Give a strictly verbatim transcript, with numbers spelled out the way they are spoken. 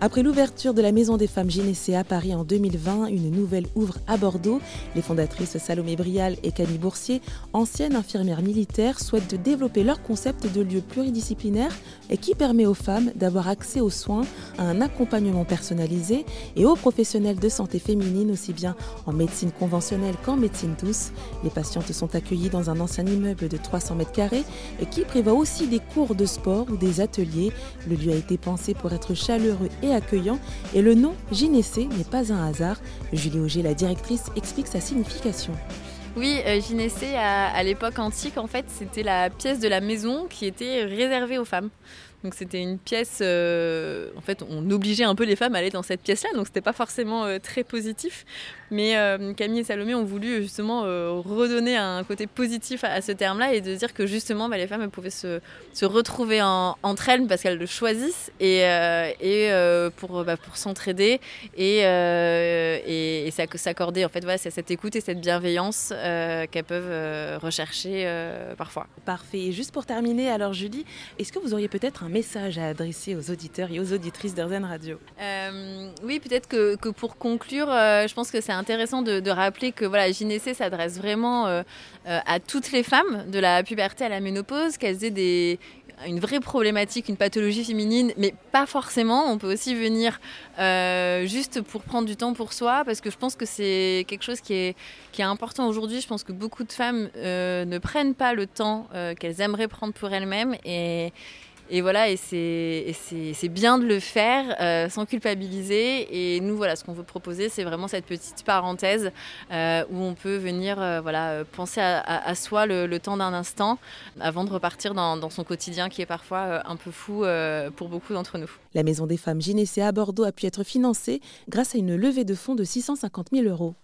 Après l'ouverture de la Maison des Femmes Gynécée à Paris en deux mille vingt, une nouvelle ouvre à Bordeaux. Les fondatrices Salomé Brial et Camille Boursier, anciennes infirmières militaires, souhaitent de développer leur concept de lieu pluridisciplinaire et qui permet aux femmes d'avoir accès aux soins, à un accompagnement personnalisé et aux professionnels de santé féminine, aussi bien en médecine conventionnelle qu'en médecine douce. Les patientes sont accueillies dans un ancien immeuble de trois cents mètres carrés et qui prévoit aussi des cours de sport ou des ateliers. Le lieu a été pensé pour être chaleureux et accueillant et le nom Gynécée n'est pas un hasard. Julie Auger, la directrice, explique sa signification. Oui, euh, Gynécée, à, à l'époque antique, en fait, c'était la pièce de la maison qui était réservée aux femmes. Donc c'était une pièce, euh, en fait, on obligeait un peu les femmes à aller dans cette pièce-là, donc c'était pas forcément euh, très positif. Mais euh, Camille et Salomé ont voulu justement euh, redonner un côté positif à, à ce terme-là et de dire que justement bah, les femmes elles pouvaient se, se retrouver en, entre elles parce qu'elles le choisissent et, euh, et euh, pour, bah, pour s'entraider et, euh, et, et s'accorder en fait voilà, c'est cette écoute et cette bienveillance euh, qu'elles peuvent euh, rechercher euh, parfois. Parfait. Et juste pour terminer, alors Julie, est-ce que vous auriez peut-être un message à adresser aux auditeurs et aux auditrices d'Airzen Radio? euh, Oui, peut-être que, que pour conclure, euh, je pense que c'est intéressant de, de rappeler que voilà, Gynécée s'adresse vraiment euh, euh, à toutes les femmes, de la puberté à la ménopause, qu'elles aient des, une vraie problématique, une pathologie féminine, mais pas forcément. On peut aussi venir euh, juste pour prendre du temps pour soi, parce que je pense que c'est quelque chose qui est, qui est important aujourd'hui. Je pense que beaucoup de femmes euh, ne prennent pas le temps euh, qu'elles aimeraient prendre pour elles-mêmes et Et voilà, et c'est, et c'est, c'est bien de le faire euh, sans culpabiliser. Et nous, voilà, ce qu'on veut proposer, c'est vraiment cette petite parenthèse euh, où on peut venir euh, voilà, penser à, à, à soi le, le temps d'un instant avant de repartir dans, dans son quotidien qui est parfois euh, un peu fou euh, pour beaucoup d'entre nous. La Maison des Femmes Gynécée à Bordeaux a pu être financée grâce à une levée de fonds de six cent cinquante mille euros.